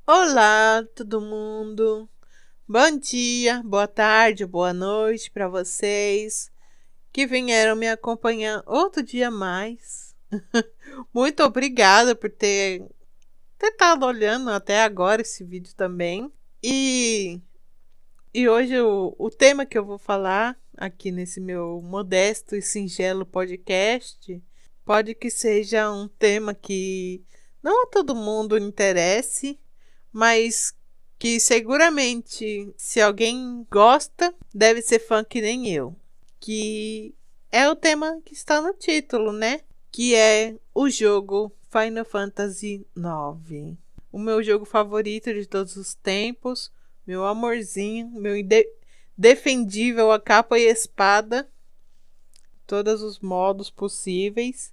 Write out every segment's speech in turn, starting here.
Olá, todo mundo. Bom dia, boa tarde, boa noite para vocês que vieram me acompanhar outro dia mais. Muito obrigada por ter estado olhando até agora esse vídeo também. E, e hoje o tema que eu vou falar aqui nesse meu modesto e singelo podcast pode que seja um tema que não a todo mundo interesse, mas que seguramente, se alguém gosta, deve ser fã que nem eu. Que é o tema que está no título, né? Que é o jogo Final Fantasy IX. O meu jogo favorito de todos os tempos. Meu amorzinho, meu defendível a capa e espada. Todos os modos possíveis.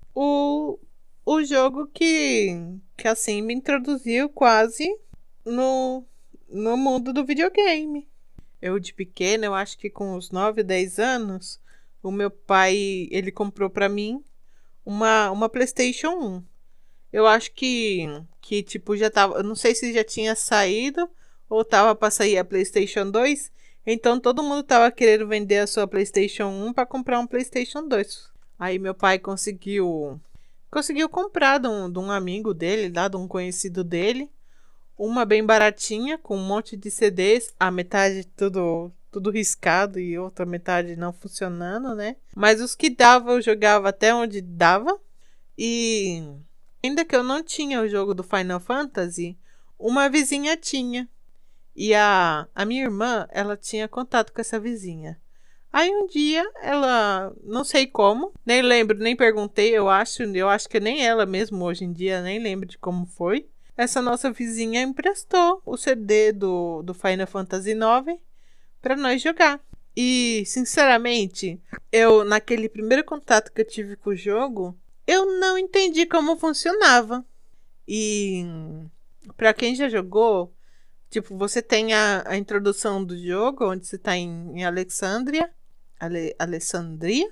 O jogo que assim me introduziu quase no, no mundo do videogame. Eu de pequena, eu acho que com uns 9, 10 anos, o meu pai, ele comprou pra mim uma PlayStation 1. Eu acho que tipo já tava, eu não sei se já tinha saído ou tava pra sair a PlayStation 2. Então todo mundo tava querendo vender a sua PlayStation 1 para comprar um PlayStation 2. Aí meu pai conseguiu comprar de um amigo dele, lá de um conhecido dele. Uma bem baratinha, com um monte de CDs, a metade tudo riscado e outra metade não funcionando, né? Mas os que dava, eu jogava até onde dava. E ainda que eu não tinha o jogo do Final Fantasy, uma vizinha tinha. E a minha irmã, ela tinha contato com essa vizinha. Aí um dia, ela, não sei como, nem lembro, nem perguntei, eu acho que nem ela mesmo hoje em dia, nem lembro de como foi. Essa nossa vizinha emprestou o CD do Final Fantasy IX para nós jogar. E, sinceramente, naquele primeiro contato que eu tive com o jogo, eu não entendi como funcionava. E, para quem já jogou, tipo, você tem a introdução do jogo, onde você está em Alexandria. Alessandria?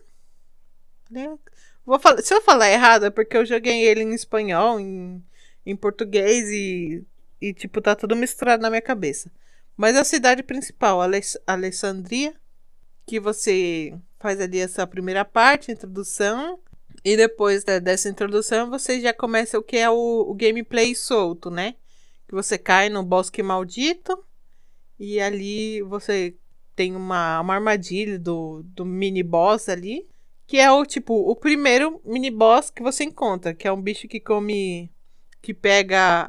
Se eu falar errado, é porque eu joguei ele em espanhol, em português e, tipo, tá tudo misturado na minha cabeça. Mas a cidade principal, Alessandria, que você faz ali essa primeira parte, introdução, e depois dessa introdução você já começa o que é o gameplay solto, né? Que você cai no bosque maldito e ali você tem uma armadilha do mini boss ali, que é o primeiro mini boss que você encontra, que é um bicho que pega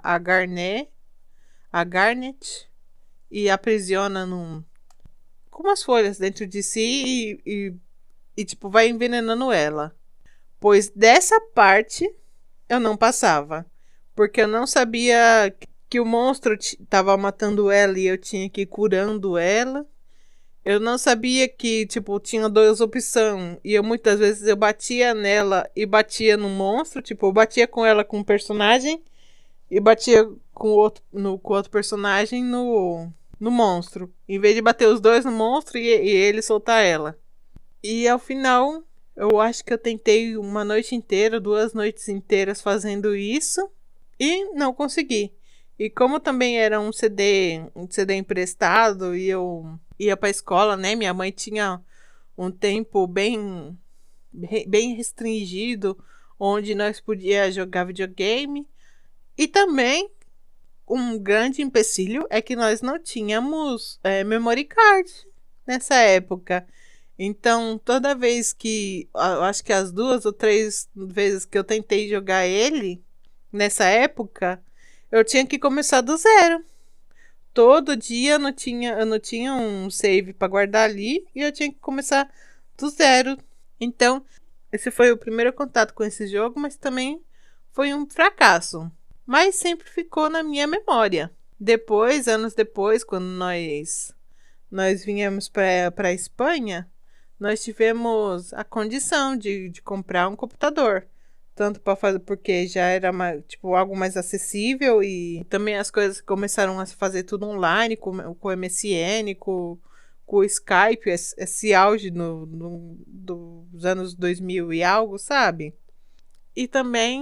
a Garnet e aprisiona com umas folhas dentro de si e tipo vai envenenando ela. Pois dessa parte eu não passava, porque eu não sabia que o monstro tava matando ela e eu tinha que ir curando ela. Eu não sabia que, tipo, tinha duas opções. E muitas vezes eu batia nela e batia no monstro. Tipo, eu batia com ela com um personagem e batia com outro personagem no monstro. Em vez de bater os dois no monstro e ele soltar ela. E ao final, eu acho que eu tentei uma noite inteira, 2 noites inteiras fazendo isso. E não consegui. E como também era um CD emprestado e eu ia para a escola, né? Minha mãe tinha um tempo bem restringido onde nós podíamos jogar videogame. E também um grande empecilho é que nós não tínhamos memory card nessa época. Então, toda vez eu acho que as 2 ou 3 vezes que eu tentei jogar ele nessa época, eu tinha que começar do zero. Todo dia eu não tinha um save para guardar ali e eu tinha que começar do zero. Então, esse foi o primeiro contato com esse jogo, mas também foi um fracasso. Mas sempre ficou na minha memória. Depois, anos depois, quando nós viemos para a Espanha, nós tivemos a condição de comprar um computador. Tanto para fazer, porque já era tipo, algo mais acessível e também as coisas começaram a fazer tudo online, com o MSN, com o Skype, esse auge dos anos 2000 e algo, sabe? E também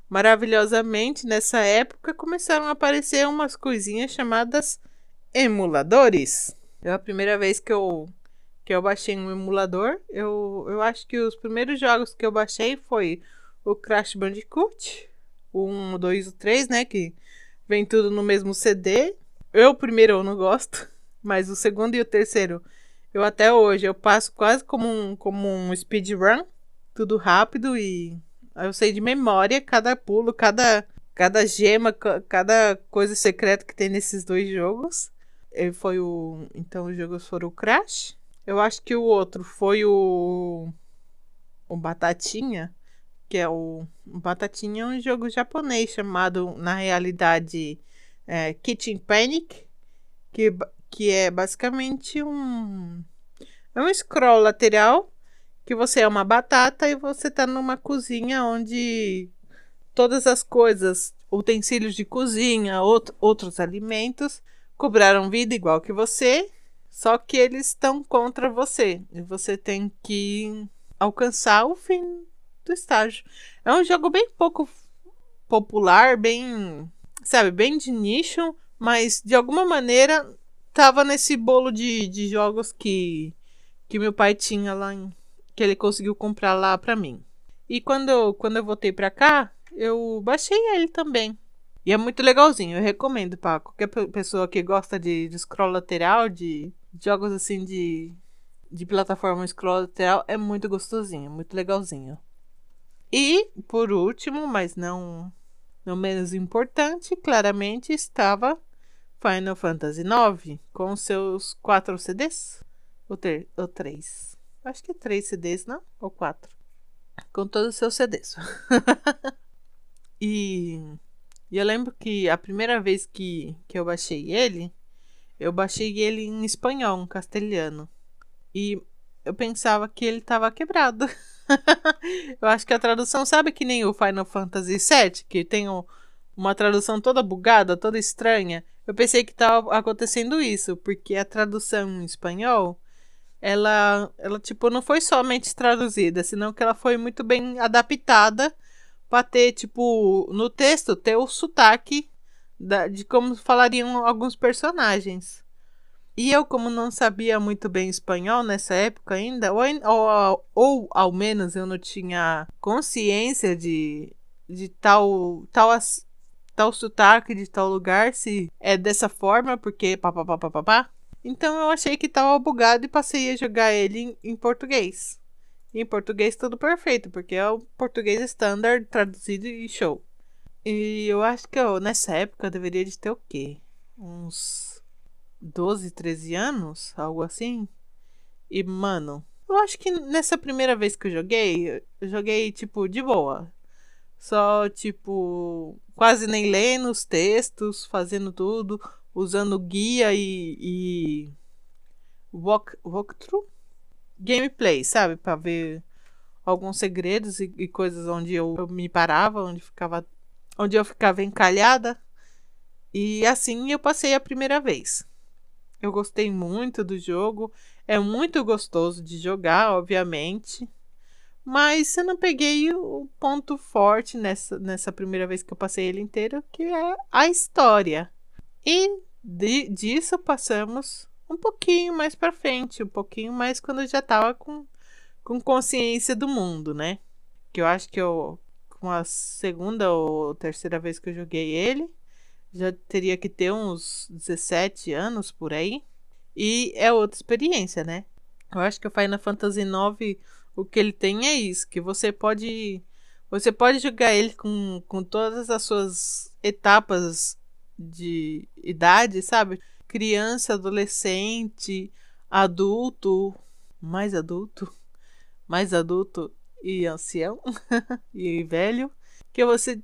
maravilhosamente, nessa época, começaram a aparecer umas coisinhas chamadas emuladores. A primeira vez que eu baixei um emulador, eu acho que os primeiros jogos que eu baixei foi o Crash Bandicoot, o 1, o 2 e o 3, né, que vem tudo no mesmo CD. O primeiro eu não gosto, mas o segundo e o terceiro, eu até hoje, eu passo quase como um speedrun, tudo rápido e eu sei de memória cada pulo, cada gema, cada coisa secreta que tem nesses dois jogos. Então os jogos foram o Crash. Eu acho que o outro foi o Batatinha, que é o Batatinha é um jogo japonês chamado, na realidade, Kitchen Panic, que é basicamente é um scroll lateral, que você é uma batata e você tá numa cozinha onde todas as coisas, utensílios de cozinha, outros alimentos, cobraram vida igual que você, só que eles estão contra você. E você tem que alcançar o fim do estágio. É um jogo bem pouco popular, bem, sabe, bem de nicho, mas de alguma maneira tava nesse bolo de jogos que meu pai tinha lá, que ele conseguiu comprar lá pra mim. E quando eu voltei pra cá, eu baixei ele também. E é muito legalzinho, eu recomendo pra qualquer pessoa que gosta de scroll lateral, de jogos assim de plataforma scroll lateral, é muito gostosinho, muito legalzinho. E, por último, mas não menos importante, claramente estava Final Fantasy IX, com seus 4 CDs? Ou 3? Acho que é 3 CDs, não? Ou 4? Com todos os seus CDs. E eu lembro que a primeira vez que eu baixei ele em espanhol, em castelhano. E eu pensava que ele estava quebrado. Eu acho que a tradução, sabe que nem o Final Fantasy VII, que tem uma tradução toda bugada, toda estranha. Eu pensei que estava acontecendo isso, porque a tradução em espanhol, ela tipo, não foi somente traduzida, senão que ela foi muito bem adaptada para ter, tipo, no texto, ter o sotaque de como falariam alguns personagens. E eu, como não sabia muito bem espanhol nessa época ainda, ou ao menos eu não tinha consciência de tal sotaque de tal lugar, se é dessa forma, porque pá. Então eu achei que tava bugado e passei a jogar ele em português. E em português tudo perfeito, porque é o português standard, traduzido e show. E eu acho que nessa época eu deveria de ter o quê? Uns 12, 13 anos, algo assim. E, mano, eu acho que nessa primeira vez que eu joguei, tipo, de boa. Só, tipo, quase nem lendo os textos, fazendo tudo, usando guia e walkthrough? Gameplay, sabe? Pra ver alguns segredos e coisas onde eu me parava, onde eu ficava encalhada. E assim eu passei a primeira vez. Eu gostei muito do jogo. É muito gostoso de jogar, obviamente. Mas eu não peguei o ponto forte nessa primeira vez que eu passei ele inteiro, que é a história. E disso passamos um pouquinho mais pra frente. Um pouquinho mais quando eu já tava com consciência do mundo, né? Que eu acho que com a segunda ou terceira vez que eu joguei ele, já teria que ter uns 17 anos por aí. E é outra experiência, né? Eu acho que o Final Fantasy IX, o que ele tem é isso, que você pode jogar ele com todas as suas etapas de idade, sabe? Criança, adolescente, adulto, mais adulto, mais adulto e ancião e velho, que você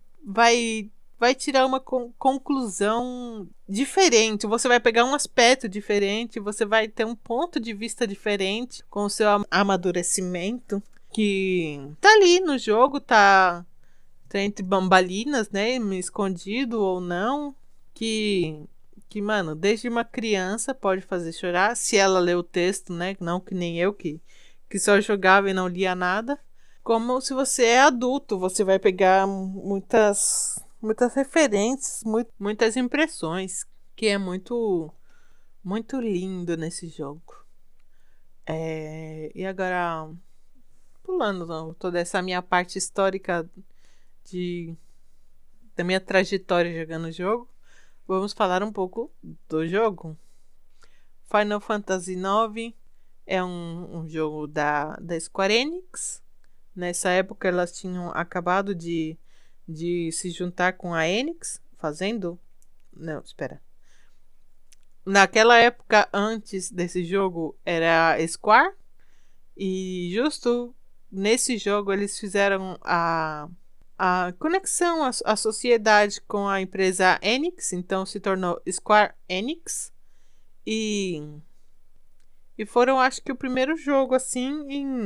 vai tirar uma conclusão diferente, você vai pegar um aspecto diferente, você vai ter um ponto de vista diferente com o seu amadurecimento, que tá ali no jogo, tá entre bambalinas, né, escondido ou não, que mano, desde uma criança pode fazer chorar, se ela lê o texto, né, não que nem eu que só jogava e não lia nada. Como se você é adulto, você vai pegar muitas referências, muitas impressões, que é muito lindo nesse jogo. E agora, pulando toda essa minha parte histórica de, da minha trajetória jogando o jogo, vamos falar um pouco do jogo. Final Fantasy IX é um jogo da Square Enix. Nessa época elas tinham acabado de se juntar com a Enix, fazendo... Não, espera. Naquela época, antes desse jogo, era a Square. E justo nesse jogo eles fizeram a conexão, a sociedade com a empresa Enix. Então se tornou Square Enix. E foram, acho que, o primeiro jogo assim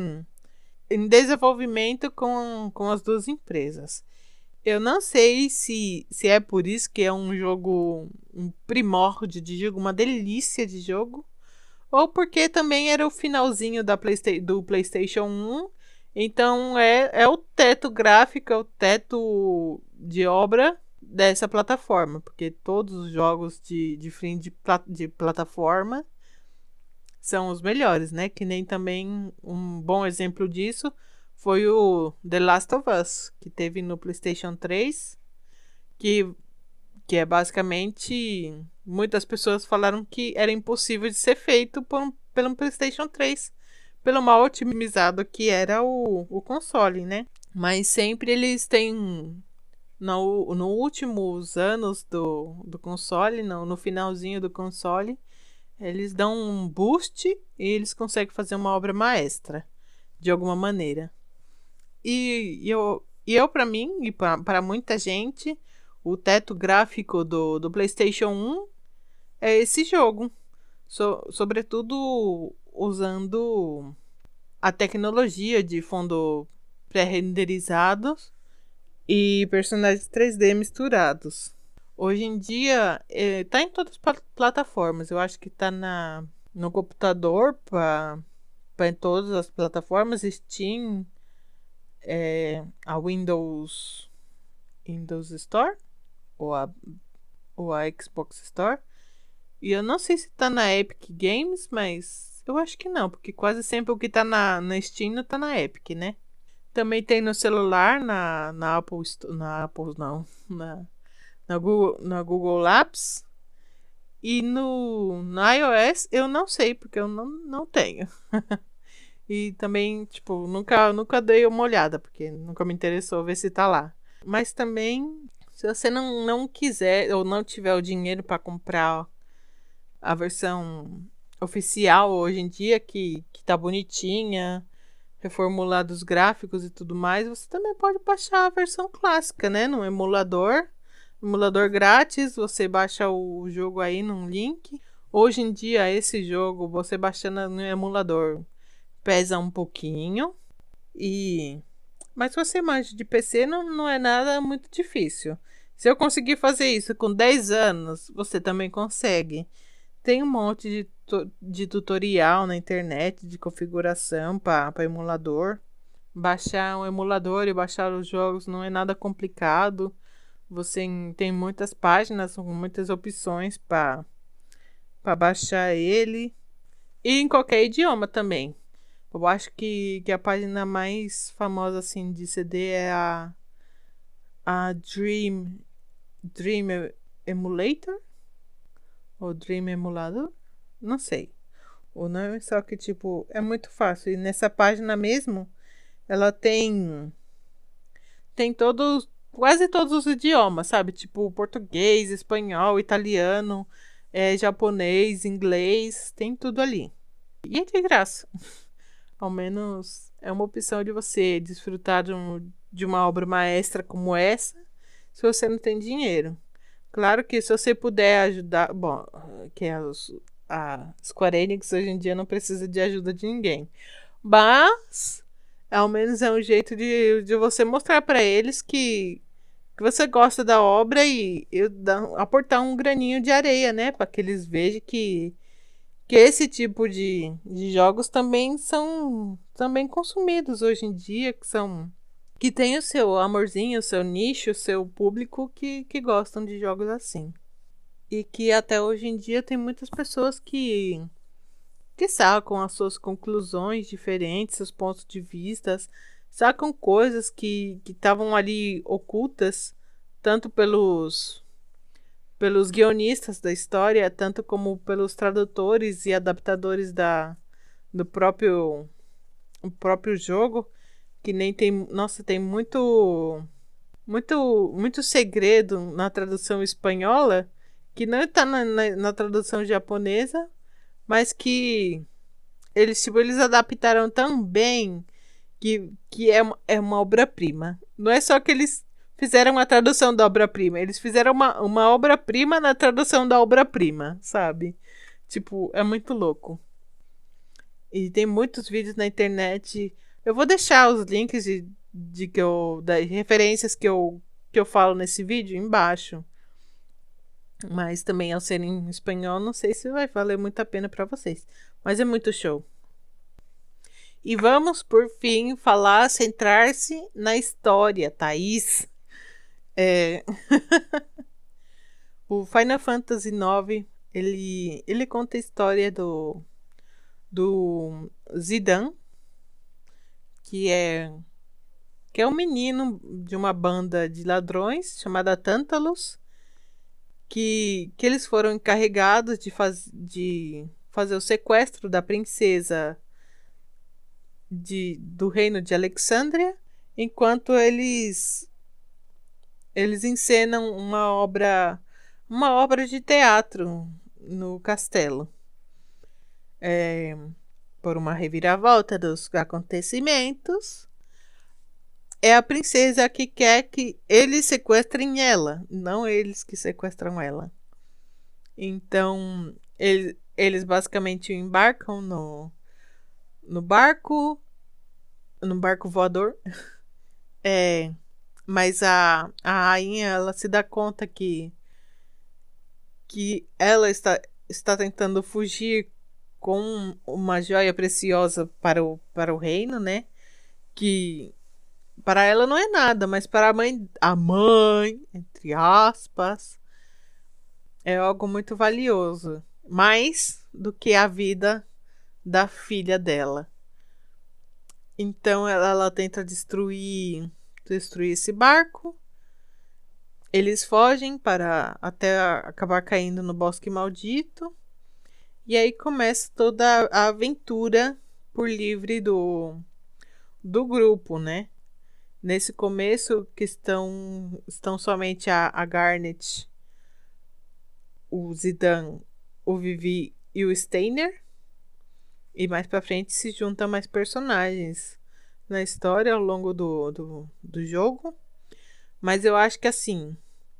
em desenvolvimento com as duas empresas. Eu não sei se é por isso que é um jogo, um primórdio de jogo, uma delícia de jogo, ou porque também era o finalzinho do PlayStation 1. Então é o teto gráfico, é o teto de obra dessa plataforma, porque todos os jogos de fim de plataforma são os melhores, né? Que nem também um bom exemplo disso foi o The Last of Us, que teve no PlayStation 3, que é basicamente... Muitas pessoas falaram que era impossível de ser feito pelo PlayStation 3, pelo mal otimizado que era o console, né? Mas sempre eles têm... No últimos anos do console, no finalzinho do console, eles dão um boost e eles conseguem fazer uma obra maestra, de alguma maneira. E eu para mim, e para muita gente, o teto gráfico do PlayStation 1 é esse jogo. Sobretudo usando a tecnologia de fundo pré-renderizados e personagens 3D misturados. Hoje em dia, tá em todas as plataformas. Eu acho que tá no computador, para em todas as plataformas. Steam, a Windows Store, ou a Xbox Store. E eu não sei se tá na Epic Games, mas eu acho que não, porque quase sempre o que tá na Steam não tá na Epic, né? Também tem no celular, na Apple não, na Google Labs. E no iOS eu não sei, porque eu não tenho. E também, tipo, nunca dei uma olhada, porque nunca me interessou ver se tá lá. Mas também, se você não quiser ou não tiver o dinheiro para comprar a versão oficial hoje em dia, que tá bonitinha, reformulada os gráficos e tudo mais, você também pode baixar a versão clássica, né? No emulador grátis, você baixa o jogo aí num link. Hoje em dia, esse jogo, você baixando no emulador, pesa um pouquinho. Mas se você manja de PC, não é nada muito difícil. Se eu conseguir fazer isso com 10 anos, você também consegue. Tem um monte de tutorial na internet de configuração para emulador. Baixar um emulador e baixar os jogos não é nada complicado. Você tem muitas páginas, muitas opções para baixar ele. E em qualquer idioma também. Eu acho que a página mais famosa assim de CD é a Dream Emulator? Ou Dream Emulador? Não sei. O nome, só que tipo, é muito fácil. E nessa página mesmo, ela tem quase todos os idiomas, sabe? Tipo, português, espanhol, italiano, japonês, inglês, tem tudo ali. E é de graça. Ao menos é uma opção de você desfrutar de uma obra maestra como essa, se você não tem dinheiro. Claro que se você puder ajudar... Bom, que a Square Enix hoje em dia não precisa de ajuda de ninguém. Mas, ao menos é um jeito de você mostrar para eles que você gosta da obra e aportar um graninho de areia, né? Para que eles vejam que que esse tipo de jogos também são também consumidos hoje em dia, que tem o seu amorzinho, o seu nicho, o seu público que gostam de jogos assim. E que até hoje em dia tem muitas pessoas que sacam as suas conclusões diferentes, seus pontos de vista, sacam coisas que estavam ali ocultas, tanto pelos guionistas da história, tanto como pelos tradutores e adaptadores do o próprio jogo, que nem tem, nossa, tem muito segredo na tradução espanhola, que não está na tradução japonesa, mas que eles adaptaram tão bem que é uma obra-prima. Não é só que eles fizeram a tradução da obra-prima, eles fizeram uma obra-prima na tradução da obra-prima, sabe? Tipo, é muito louco. E tem muitos vídeos na internet. Eu vou deixar os links das referências que eu falo nesse vídeo embaixo. Mas também, ao ser em espanhol, não sei se vai valer muito a pena para vocês. Mas é muito show. E vamos, por fim, centrar-se na história, Thaís. O Final Fantasy IX, ele conta a história do Zidane, que é um menino de uma banda de ladrões chamada Tantalus, que eles foram encarregados de fazer o sequestro da princesa do reino de Alexandria, enquanto eles encenam uma obra de teatro no castelo. Por uma reviravolta dos acontecimentos, é a princesa que quer que eles sequestrem ela, não eles que sequestram ela. Então, eles basicamente embarcam no barco voador. Mas a rainha, ela se dá conta que ela está tentando fugir com uma joia preciosa para o reino, né? Que para ela não é nada, mas para a mãe, entre aspas, é algo muito valioso. Mais do que a vida da filha dela. Então ela tenta destruir esse barco. Eles fogem até acabar caindo no Bosque Maldito. E aí começa toda a aventura por livre do grupo, né? Nesse começo que estão somente a Garnet, o Zidane, o Vivi e o Steiner. E mais pra frente se juntam mais personagens na história ao longo do jogo. Mas eu acho que assim,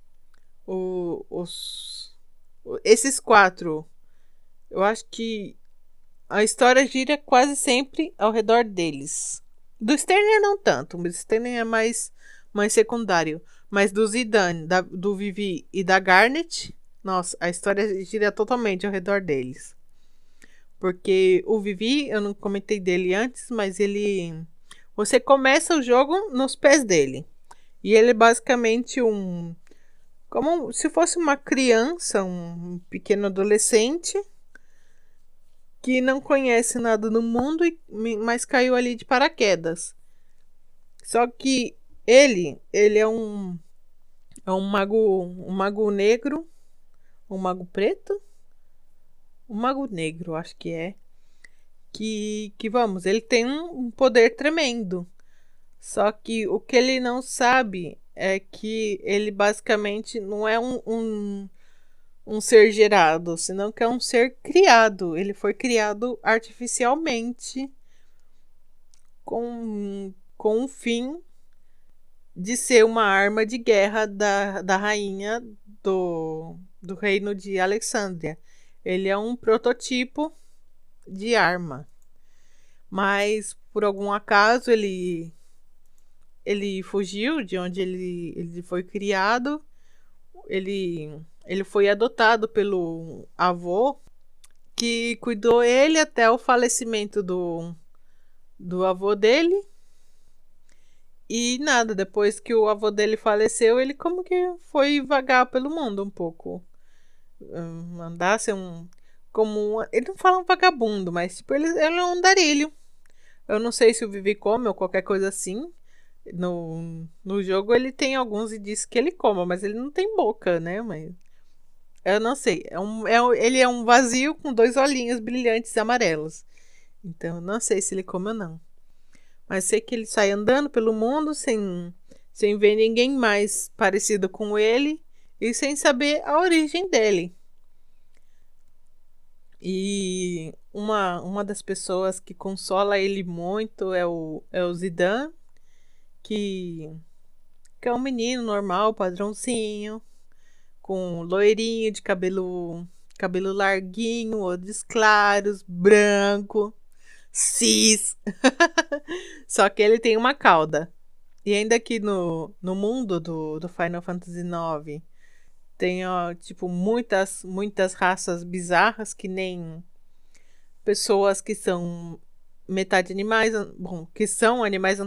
esses quatro, eu acho que a história gira quase sempre ao redor deles. Do Sterling não tanto, o Sterling é mais secundário. Mas do Zidane, do Vivi e da Garnet, nossa, a história gira totalmente ao redor deles. Porque o Vivi, eu não comentei dele antes, mas você começa o jogo nos pés dele. E ele é basicamente como se fosse uma criança, um pequeno adolescente que não conhece nada do mundo, mas caiu ali de paraquedas. Só que ele é um mago negro, um mago preto, um mago negro, acho que é. Ele tem um poder tremendo. Só que o que ele não sabe é que ele basicamente não é um ser gerado, senão que é um ser criado. Ele foi criado artificialmente com o fim de ser uma arma de guerra da rainha do reino de Alexandria. Ele é um prototipo de arma. Mas, por algum acaso, ele fugiu de onde ele foi criado. Ele foi adotado pelo avô, que cuidou ele até o falecimento do avô dele. E nada, depois que o avô dele faleceu, ele como que foi vagar pelo mundo um pouco. Andar, ser um. Ele não fala um vagabundo, mas tipo, ele é um andarilho. Eu não sei se o Vivi come ou qualquer coisa assim. No jogo ele tem alguns e diz que ele coma, mas ele não tem boca, né? Mas eu não sei. Ele é um vazio com dois olhinhos brilhantes amarelos. Então eu não sei se ele come ou não. Mas sei que ele sai andando pelo mundo sem ver ninguém mais parecido com ele e sem saber a origem dele. E uma das pessoas que consola ele muito é o Zidane, que, que é um menino normal, padrãozinho, com loirinho de cabelo larguinho, olhos claros, branco, cis. Só que ele tem uma cauda. E ainda que no mundo do Final Fantasy IX tem, ó, tipo, muitas raças bizarras, que nem pessoas que são metade animais, bom, que são animais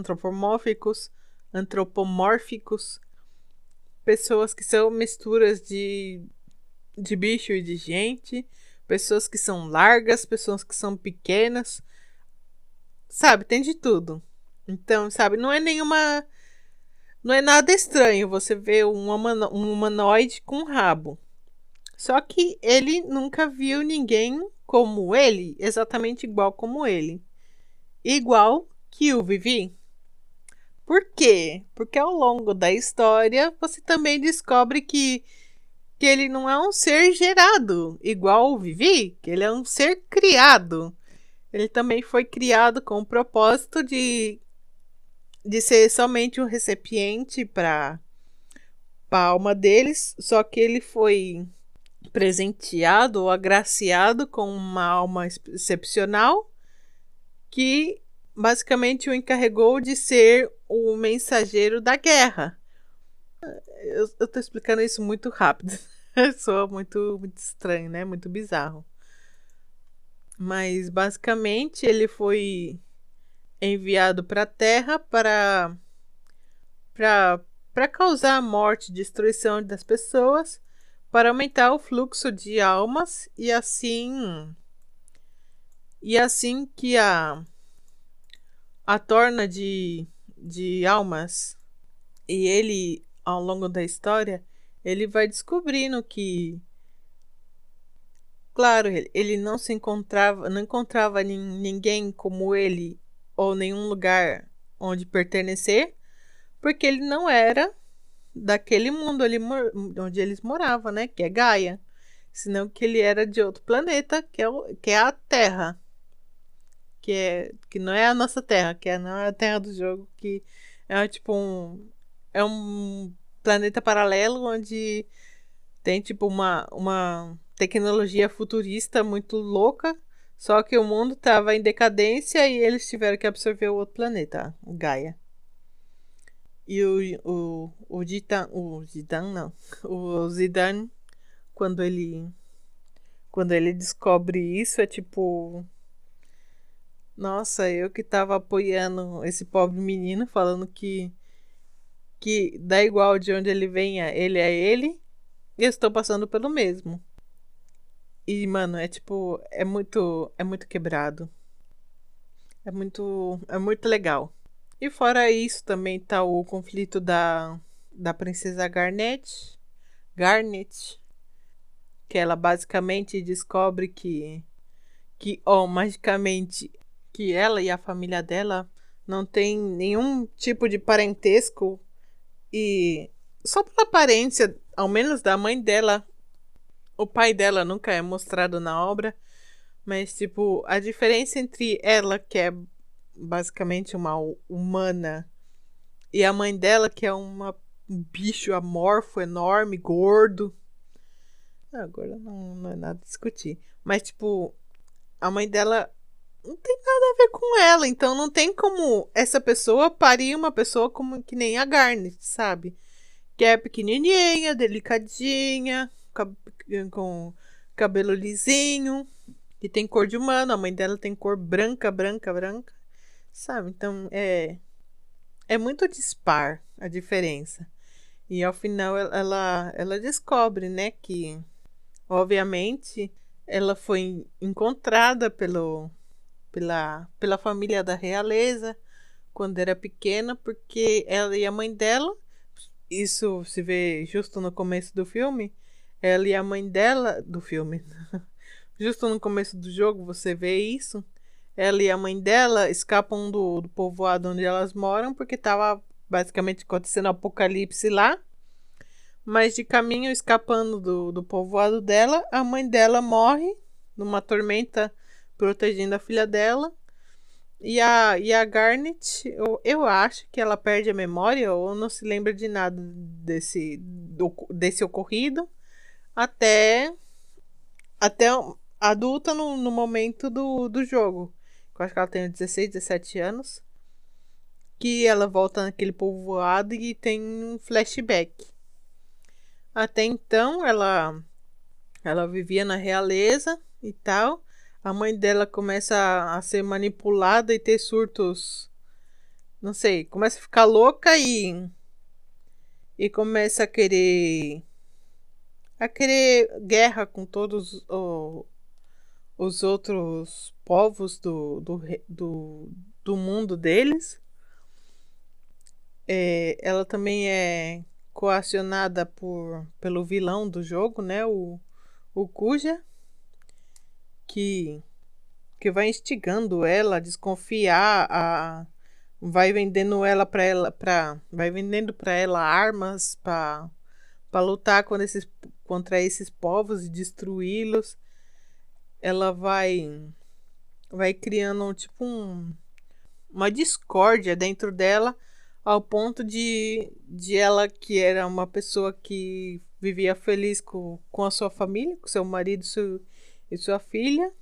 antropomórficos, pessoas que são misturas de bicho e de gente, pessoas que são largas, pessoas que são pequenas, sabe, tem de tudo. Então, sabe, não é nada estranho você ver um humanoide com um rabo. Só que ele nunca viu ninguém como ele, exatamente igual como ele. Igual que o Vivi. Por quê? Porque ao longo da história você também descobre que ele não é um ser gerado, igual o Vivi, que ele é um ser criado. Ele também foi criado com o propósito de ser somente um recipiente para a alma deles, só que ele foi presenteado ou agraciado com uma alma excepcional que basicamente o encarregou de ser o mensageiro da guerra. Eu tô explicando isso muito rápido. Soa muito estranho, né? Muito bizarro. Mas basicamente ele foi enviado para a Terra para causar a morte e destruição das pessoas, para aumentar o fluxo de almas e assim que a torna de almas. E ele, ao longo da história, ele vai descobrindo que, claro, ele não encontrava ninguém como ele ou nenhum lugar onde pertencer, porque ele não era daquele mundo onde eles moravam, né? Que é Gaia. Senão que ele era de outro planeta, que é a Terra. Que não é a nossa Terra, não é a Terra do jogo, que é tipo é um planeta paralelo onde tem tipo uma tecnologia futurista muito louca, só que o mundo estava em decadência e eles tiveram que absorver o outro planeta, o Gaia. E o Zidane, não. O Zidane, quando ele descobre isso, é tipo, nossa, eu que tava apoiando esse pobre menino, falando que dá igual de onde ele venha, ele é ele, e eu estou passando pelo mesmo. E, mano, é tipo, é muito quebrado. É muito legal. E fora isso, também tá o conflito da princesa Garnet, que ela basicamente descobre magicamente, que ela e a família dela não tem nenhum tipo de parentesco, e só pela aparência, ao menos da mãe dela, o pai dela nunca é mostrado na obra, mas tipo, a diferença entre ela, que é basicamente uma humana, e a mãe dela, que é um bicho amorfo, enorme, gordo. Agora não é nada a discutir. Mas, tipo, a mãe dela não tem nada a ver com ela. Então não tem como essa pessoa parir uma pessoa como que nem a Garnet, sabe? Que é pequenininha, delicadinha, com cabelo lisinho. que tem cor de humano, a mãe dela tem cor branca, branca, branca, sabe? Então é muito dispar a diferença. E ao final ela descobre, né, que obviamente ela foi encontrada pela família da realeza quando era pequena, porque ela e a mãe dela, isso se vê justo no começo do filme, ela e a mãe dela, do filme, justo no começo do jogo você vê isso, ela e a mãe dela escapam do povoado onde elas moram, porque estava basicamente acontecendo um apocalipse lá, mas de caminho escapando do povoado dela, a mãe dela morre numa tormenta protegendo a filha dela. E a Garnet, eu acho que ela perde a memória ou não se lembra de nada desse ocorrido até adulta no momento do jogo. Eu acho que ela tem 16, 17 anos. Que ela volta naquele povoado e tem um flashback. Até então ela vivia na realeza e tal. A mãe dela começa a ser manipulada e ter surtos. Não sei, começa a ficar louca e começa a querer guerra com todos os outros povos do mundo deles. Ela também é coacionada pelo vilão do jogo, né? O Kuja, que vai instigando ela a desconfiar, vai vendendo vai vendendo para ela armas para lutar contra esses povos e destruí-los. Ela vai criando tipo uma discórdia dentro dela, ao ponto de ela, que era uma pessoa que vivia feliz com a sua família, com seu marido e sua filha,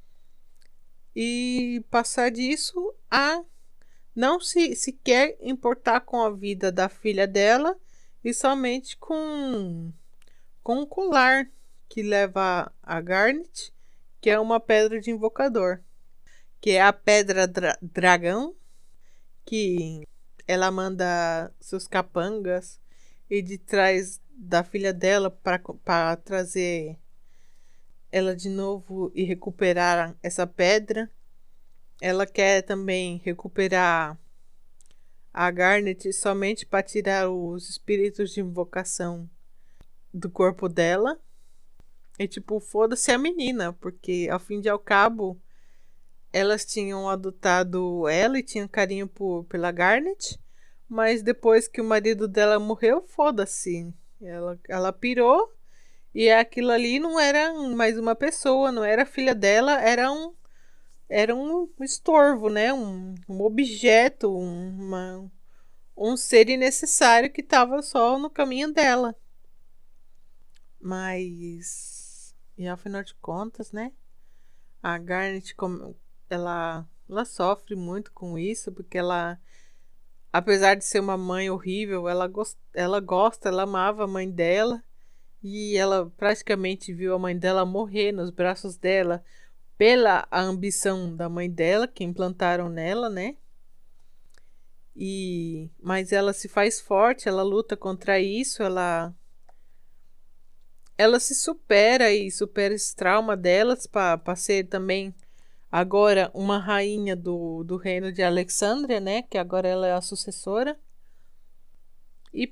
e passar disso a não se quer importar com a vida da filha dela e somente com um colar que leva a Garnet, que é uma pedra de invocador, que é a pedra dragão, que ela manda seus capangas ir de trás da filha dela para trazer ela de novo e recuperar essa pedra. Ela quer também recuperar a Garnet somente para tirar os espíritos de invocação do corpo dela. E tipo, foda-se a menina, porque ao fim e ao cabo elas tinham adotado ela e tinham carinho pela Garnet, mas depois que o marido dela morreu, foda-se. Ela pirou e aquilo ali não era mais uma pessoa, não era filha dela, era um estorvo, né? Um objeto, um ser innecessário que estava só no caminho dela. Mas, e ao final de contas, né? A Garnet, ela sofre muito com isso, porque ela, apesar de ser uma mãe horrível, ela gosta, ela amava a mãe dela, e ela praticamente viu a mãe dela morrer nos braços dela pela ambição da mãe dela, que implantaram nela, né? Mas ela se faz forte, ela luta contra isso, ela se supera e supera esse trauma delas para ser também agora uma rainha do reino de Alexandria, né? Que agora ela é a sucessora. E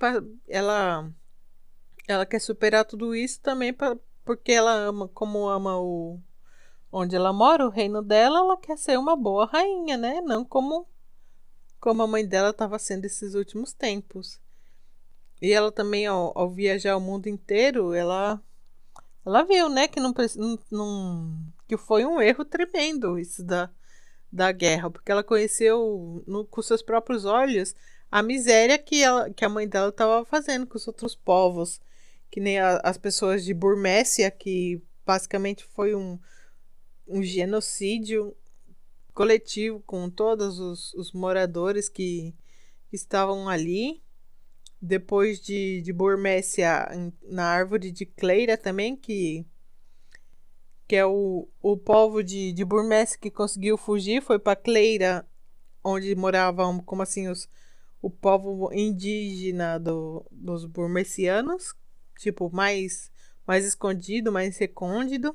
ela quer superar tudo isso também porque ela ama, como ama onde ela mora, o reino dela, ela quer ser uma boa rainha, né? Não como a mãe dela estava sendo esses últimos tempos. E ela também, ao viajar o mundo inteiro, ela viu, né, que que foi um erro tremendo isso da guerra, porque ela conheceu com seus próprios olhos a miséria que a mãe dela estava fazendo com os outros povos, que nem as pessoas de Burmécia, que basicamente foi um genocídio coletivo com todos os moradores que estavam ali. Depois de Burmécia, na árvore de Cleira também, que que é o povo de Burmese que conseguiu fugir, foi para Cleira, onde moravam, como assim, o povo indígena dos burmesianos, tipo, mais escondido, mais recôndito.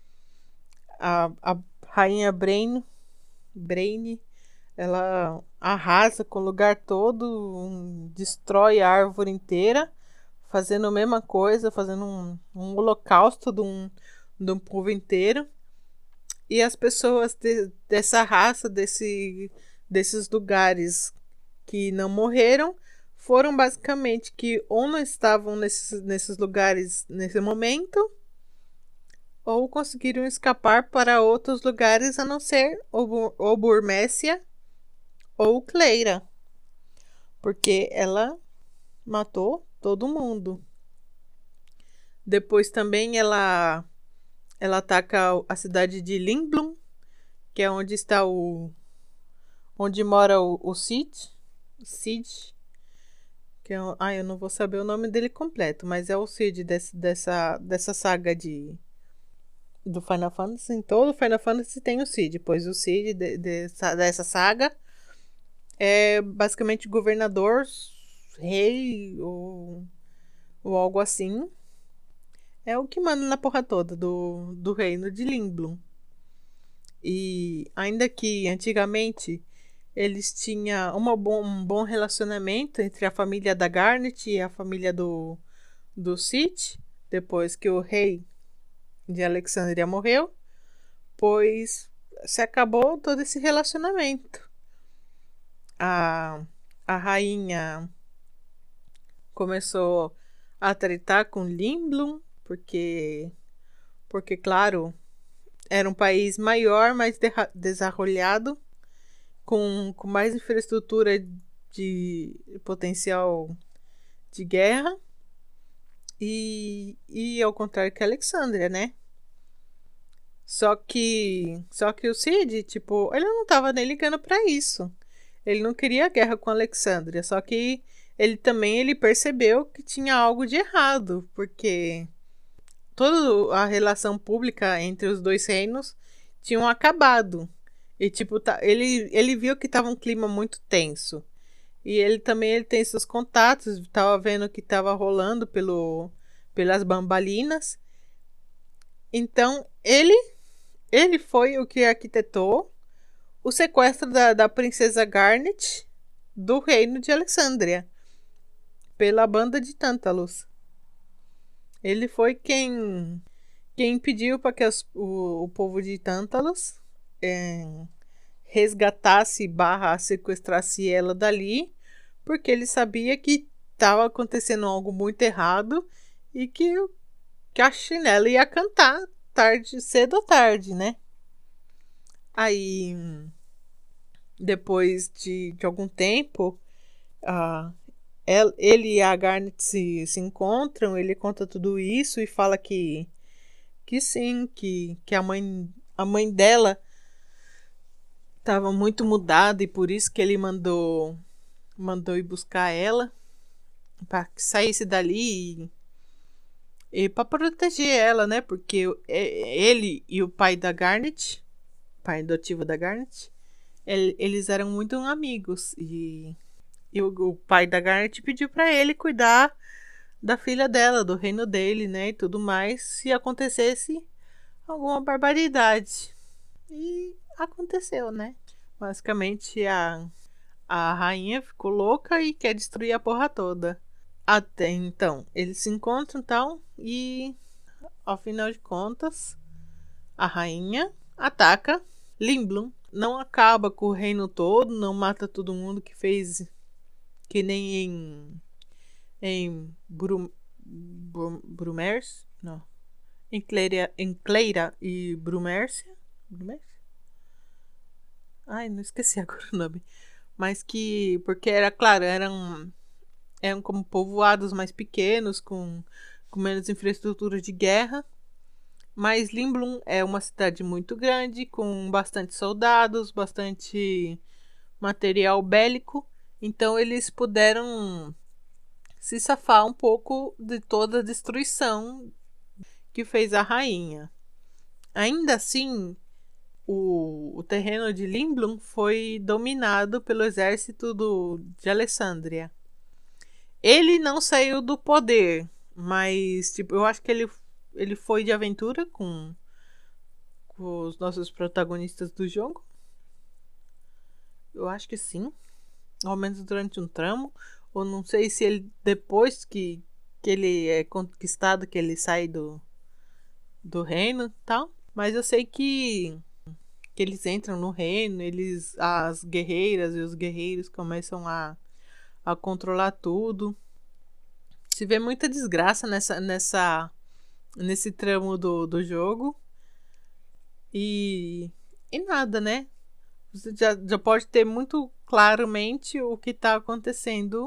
A rainha Brain, ela arrasa com o lugar todo, destrói a árvore inteira, fazendo a mesma coisa, fazendo um holocausto de um povo inteiro. E as pessoas dessa raça, desses lugares que não morreram, foram basicamente que ou não estavam nesses lugares nesse momento, ou conseguiram escapar para outros lugares a não ser ou Burmécia ou Cleira, porque ela matou todo mundo. Depois também ela ataca a cidade de Lindblum, que é onde está onde mora o Cid, que é, eu não vou saber o nome dele completo, mas é o Cid dessa saga do Final Fantasy. Em todo Final Fantasy tem o Cid, pois o Cid dessa saga é basicamente governador, rei ou algo assim. É o que manda na porra toda do reino de Lindblum. E ainda que antigamente eles tinham um bom relacionamento entre a família da Garnet e a família do Cid, depois que o rei de Alexandria morreu, pois se acabou todo esse relacionamento. A rainha começou a tretar com Lindblum, porque claro, era um país maior, mais desarrollado, com mais infraestrutura de potencial de guerra, e ao contrário que a Alexandria, né? Só que o Cid, tipo, ele não tava nem ligando para isso. Ele não queria guerra com a Alexandria, só que ele percebeu que tinha algo de errado, porque toda a relação pública entre os dois reinos tinham acabado. E tipo, ele viu que estava um clima muito tenso. E ele tem seus contatos, estava vendo o que estava rolando pelas bambalinas. Então, ele foi o que arquitetou o sequestro da princesa Garnet do reino de Alexandria pela banda de Tântalos. Ele foi quem impediu para que o povo de Tântalos resgatasse / sequestrasse ela dali, porque ele sabia que estava acontecendo algo muito errado e que a chinela ia cantar cedo ou tarde, né? Aí, depois de algum tempo, ele e a Garnet se encontram, ele conta tudo isso e fala que sim, que a mãe dela estava muito mudada e por isso que ele mandou ir buscar ela para que saísse dali e para proteger ela, né? Porque ele e o pai da Garnet, pai adotivo da Garnet, eles eram muito amigos e o pai da Garnet pediu para ele cuidar da filha dela, do reino dele, né, e tudo mais, se acontecesse alguma barbaridade. E aconteceu, né? Basicamente a rainha ficou louca e quer destruir a porra toda. Até então, eles se encontram tal e ao final de contas, a rainha ataca Lindblum. Não acaba com o reino todo, não mata todo mundo que fez que nem em Brumers, não. Em Cleira e Brumércia. Ai, não esqueci agora o nome. Mas que, porque era claro, eram como povoados mais pequenos, com menos infraestrutura de guerra. Mas Lindblum é uma cidade muito grande, com bastante soldados, bastante material bélico. Então eles puderam se safar um pouco de toda a destruição que fez a rainha. Ainda assim, o terreno de Limblum foi dominado pelo exército de Alessandria. Ele não saiu do poder, mas tipo, eu acho que ele foi de aventura com os nossos protagonistas do jogo. Eu acho que sim. Ao menos durante um tramo. Ou não sei se ele, depois que ele é conquistado, que ele sai do reino e tal. Mas eu sei que eles entram no reino, as guerreiras e os guerreiros começam a controlar tudo. Se vê muita desgraça nesse tramo do jogo. E nada, né? Você já pode ter muito claramente o que está acontecendo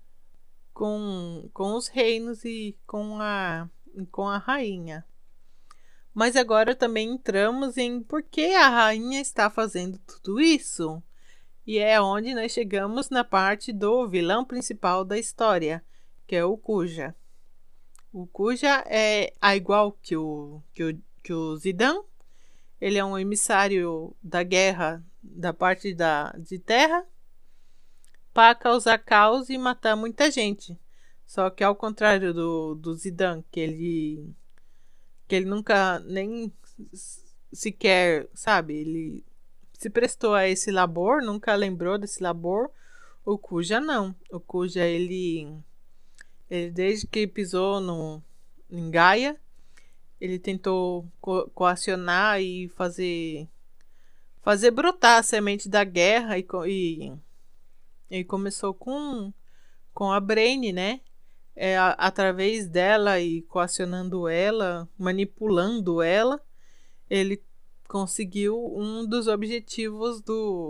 com os reinos e com a rainha. Mas agora também entramos em por que a rainha está fazendo tudo isso. E é onde nós chegamos na parte do vilão principal da história, que é o Kuja. O Kuja é igual que o Zidane. Ele é um emissário da guerra da parte de terra para causar caos e matar muita gente. Só que ao contrário do Zidane, que ele nunca nem sequer, sabe, ele se prestou a esse labor, nunca lembrou desse labor. O Kuja não. O Kuja, ele desde que pisou em Gaia, ele tentou coacionar e fazer brotar a semente da guerra e começou com a Braine, né? Através dela e coacionando ela, manipulando ela, ele conseguiu um dos objetivos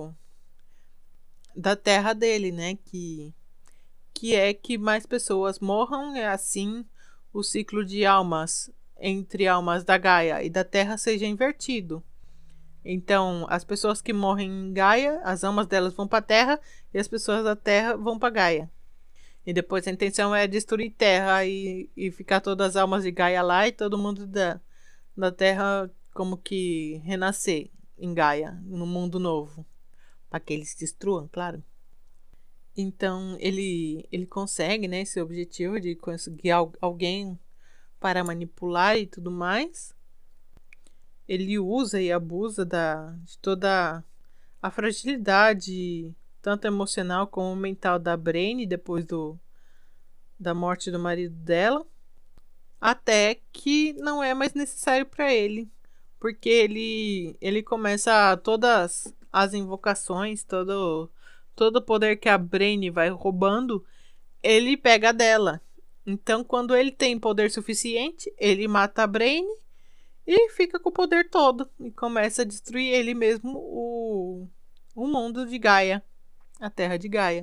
da terra dele, né? Que é que mais pessoas morram, é assim o ciclo de almas entre almas da Gaia e da Terra seja invertido. Então, as pessoas que morrem em Gaia, as almas delas vão para a Terra e as pessoas da Terra vão para Gaia. E depois a intenção é destruir Terra e ficar todas as almas de Gaia lá e todo mundo da Terra como que renascer em Gaia, no mundo novo. Para que eles destruam, claro. Então, ele consegue, né, esse objetivo de conseguir alguém para manipular e tudo mais. Ele usa e abusa de toda a fragilidade, tanto emocional como mental da Braine, depois da morte do marido dela, até que não é mais necessário para ele, porque ele começa todas as invocações, todo o poder que a Braine vai roubando, ele pega dela. Então, quando ele tem poder suficiente, ele mata a Braine e fica com o poder todo. E começa a destruir ele mesmo o mundo de Gaia. A terra de Gaia.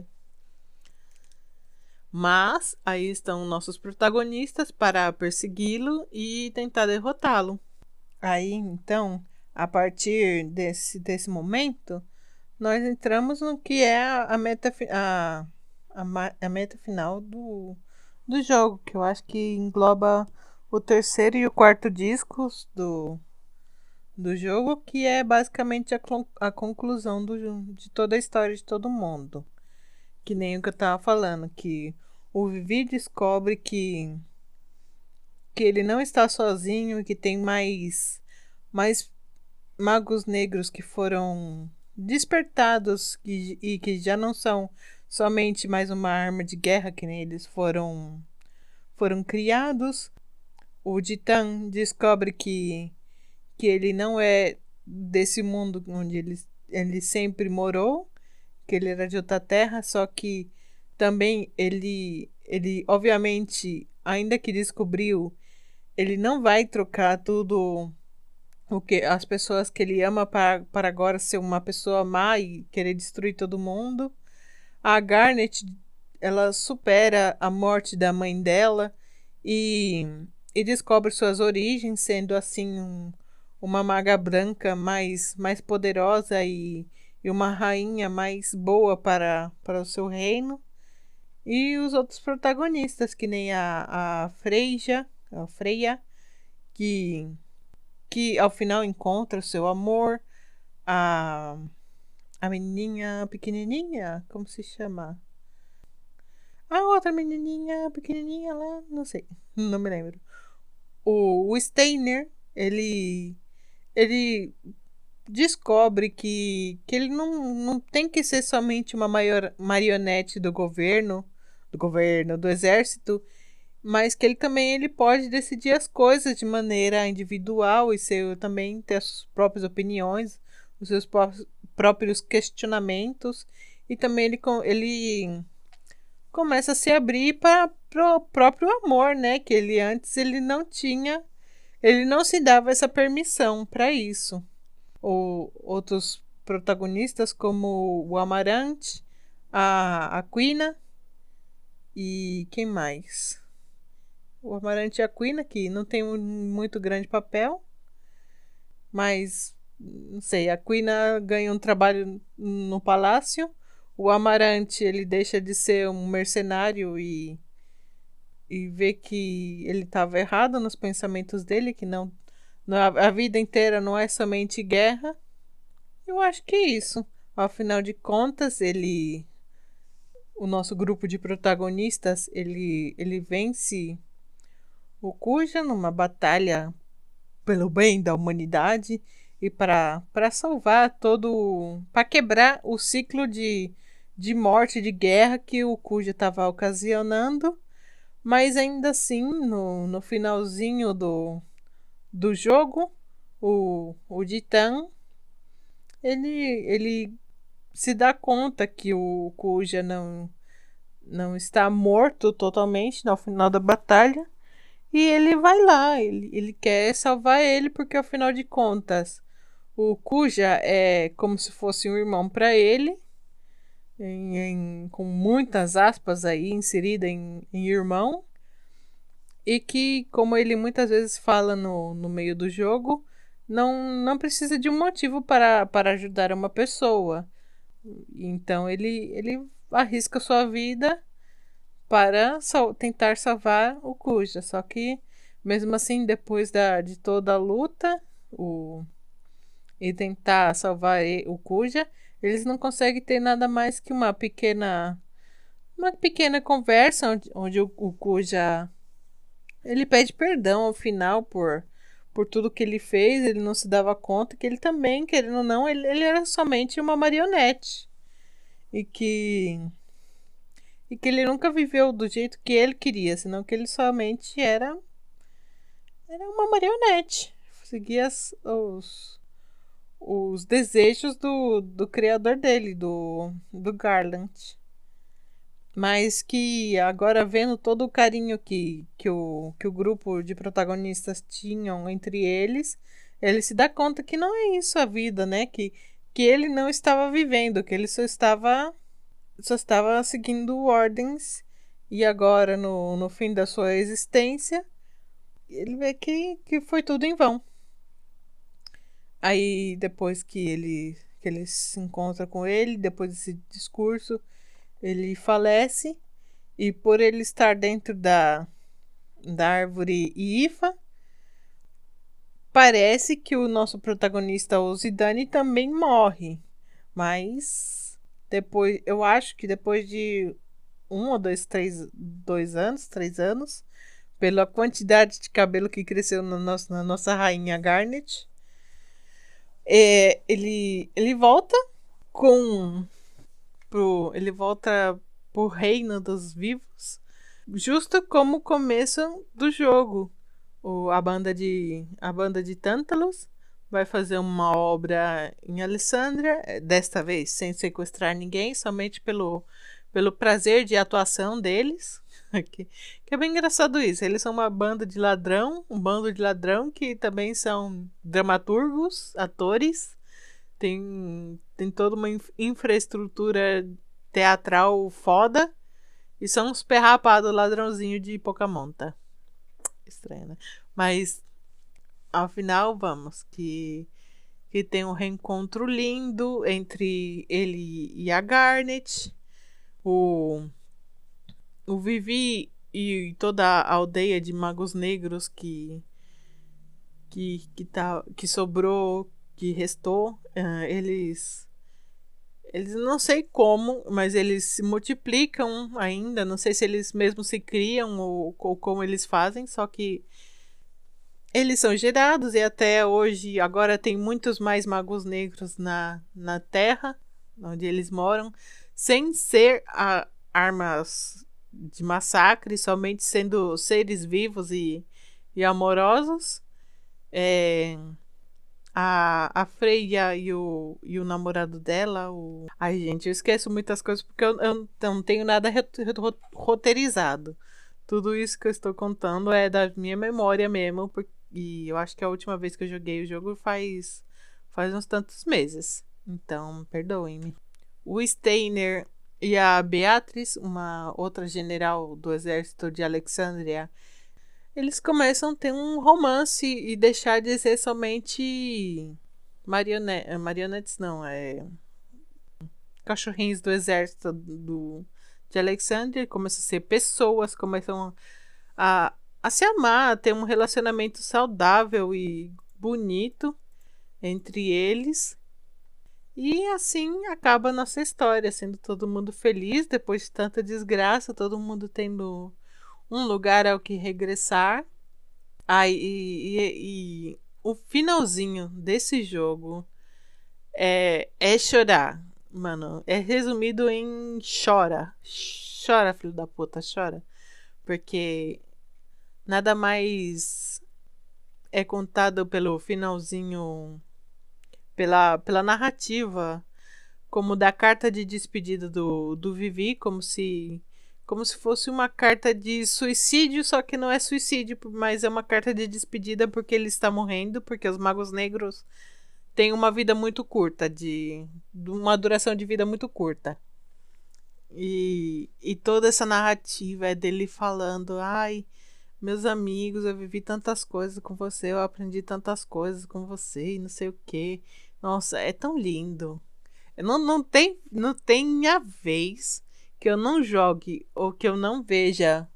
Mas aí estão nossos protagonistas para persegui-lo e tentar derrotá-lo. Aí, então, a partir desse momento, nós entramos no que é a meta final do jogo, que eu acho que engloba o terceiro e o quarto discos do jogo, que é basicamente a conclusão de toda a história de todo mundo. Que nem o que eu tava falando, que o Vivi descobre que ele não está sozinho e que tem mais magos negros que foram despertados e que já não são somente mais uma arma de guerra que nem eles foram criados. O Ditan descobre que ele não é desse mundo onde ele sempre morou, que ele era de outra terra, só que também ele obviamente, ainda que descobriu, ele não vai trocar tudo o que as pessoas que ele ama para agora ser uma pessoa má e querer destruir todo mundo. A Garnet, ela supera a morte da mãe dela e descobre suas origens, sendo assim uma maga branca mais poderosa e uma rainha mais boa para o seu reino. E os outros protagonistas, que nem a Freya, que que ao final encontra o seu amor, a, a menininha pequenininha, como se chama? A outra menininha pequenininha lá, não sei, não me lembro. O Steiner, ele descobre que ele não tem que ser somente uma maior marionete do exército, mas que ele também ele pode decidir as coisas de maneira individual e também ter as suas próprias opiniões, os seus próprios questionamentos, e também ele começa a se abrir para o próprio amor, né? Que ele antes ele não tinha, ele não se dava essa permissão para isso. Ou outros protagonistas como o Amarante, a Quina e quem mais? O Amarante e a Quina, que não tem um muito grande papel, mas não sei, a Quina ganha um trabalho no palácio, o Amarante ele deixa de ser um mercenário e vê que ele estava errado nos pensamentos dele, que a vida inteira não é somente guerra. Eu acho que é isso. Afinal de contas, o nosso grupo de protagonistas, ele vence o Kuja numa batalha pelo bem da humanidade e para salvar para quebrar o ciclo de morte, de guerra que o Kuja estava ocasionando, mas ainda assim, no finalzinho do jogo, o Ditan, ele se dá conta que o Kuja não está morto totalmente no final da batalha. E ele vai lá, ele quer salvar ele, porque afinal de contas, o Kuja é como se fosse um irmão para ele, com muitas aspas aí inserida em irmão, e que, como ele muitas vezes fala no meio do jogo, não precisa de um motivo para ajudar uma pessoa. Então ele arrisca sua vida para tentar salvar o Kuja. Só que, mesmo assim, depois de toda a luta e tentar salvar o Kuja, eles não conseguem ter nada mais que uma pequena conversa onde o Kuja ele pede perdão ao final por tudo que ele fez. Ele não se dava conta que ele também, querendo ou não, ele era somente uma marionete. E que ele nunca viveu do jeito que ele queria, senão que ele somente era uma marionete. Seguia os desejos do criador dele, do Garland. Mas que agora, vendo todo o carinho que o grupo de protagonistas tinham entre eles, ele se dá conta que não é isso a vida, né? Que ele não estava vivendo, que ele só estava seguindo ordens, e agora, no fim da sua existência, ele vê que foi tudo em vão. Aí, depois que ele se encontra com ele, depois desse discurso, ele falece, e por ele estar dentro da árvore Ifa, parece que o nosso protagonista, o Zidane, também morre. Mas depois, eu acho que depois de 3 anos, pela quantidade de cabelo que cresceu na nossa rainha Garnet, ele volta com ele volta pro reino dos vivos, justo como o começo do jogo. A banda de Tântalos vai fazer uma obra em Alessandria, desta vez sem sequestrar ninguém, somente pelo prazer de atuação deles. que é bem engraçado isso. Eles são uma banda de ladrão, um bando de ladrão que também são dramaturgos, atores. Tem toda uma infraestrutura teatral foda. E são uns perrapados ladrãozinho de Pocahontas. Estranho, né? Mas ao final, vamos, que tem um reencontro lindo entre ele e a Garnet. O Vivi e toda a aldeia de magos negros que que sobrou, que restou, eles não sei como, mas eles se multiplicam ainda. Não sei se eles mesmos se criam ou como eles fazem, só que eles são gerados e até hoje, agora tem muitos mais magos negros na Terra, onde eles moram, sem ser armas de massacre, somente sendo seres vivos e amorosos. É, a Freya e o namorado dela. Ai, gente, eu esqueço muitas coisas porque eu não tenho nada roteirizado. Tudo isso que eu estou contando é da minha memória mesmo. E eu acho que a última vez que eu joguei o jogo faz uns tantos meses. Então, perdoem-me. O Steiner e a Beatriz, uma outra general do exército de Alexandria, eles começam a ter um romance e deixar de ser somente marionetes, não, cachorrinhos do exército de Alexandria. Começam a ser pessoas, começam a se amar, a ter um relacionamento saudável e bonito entre eles. E assim acaba a nossa história, sendo todo mundo feliz depois de tanta desgraça, todo mundo tendo um lugar ao que regressar. E o finalzinho desse jogo é chorar. Mano, é resumido em chora. Chora, filho da puta, chora. Porque nada mais é contado pelo finalzinho, pela narrativa, como da carta de despedida do Vivi, como se fosse uma carta de suicídio, só que não é suicídio, mas é uma carta de despedida porque ele está morrendo, porque os magos negros têm uma vida muito curta, de uma duração de vida muito curta. E toda essa narrativa é dele falando: ai, meus amigos, eu vivi tantas coisas com você, eu aprendi tantas coisas com você e não sei o que. Nossa, é tão lindo. Não tem a vez que eu não jogue ou que eu não veja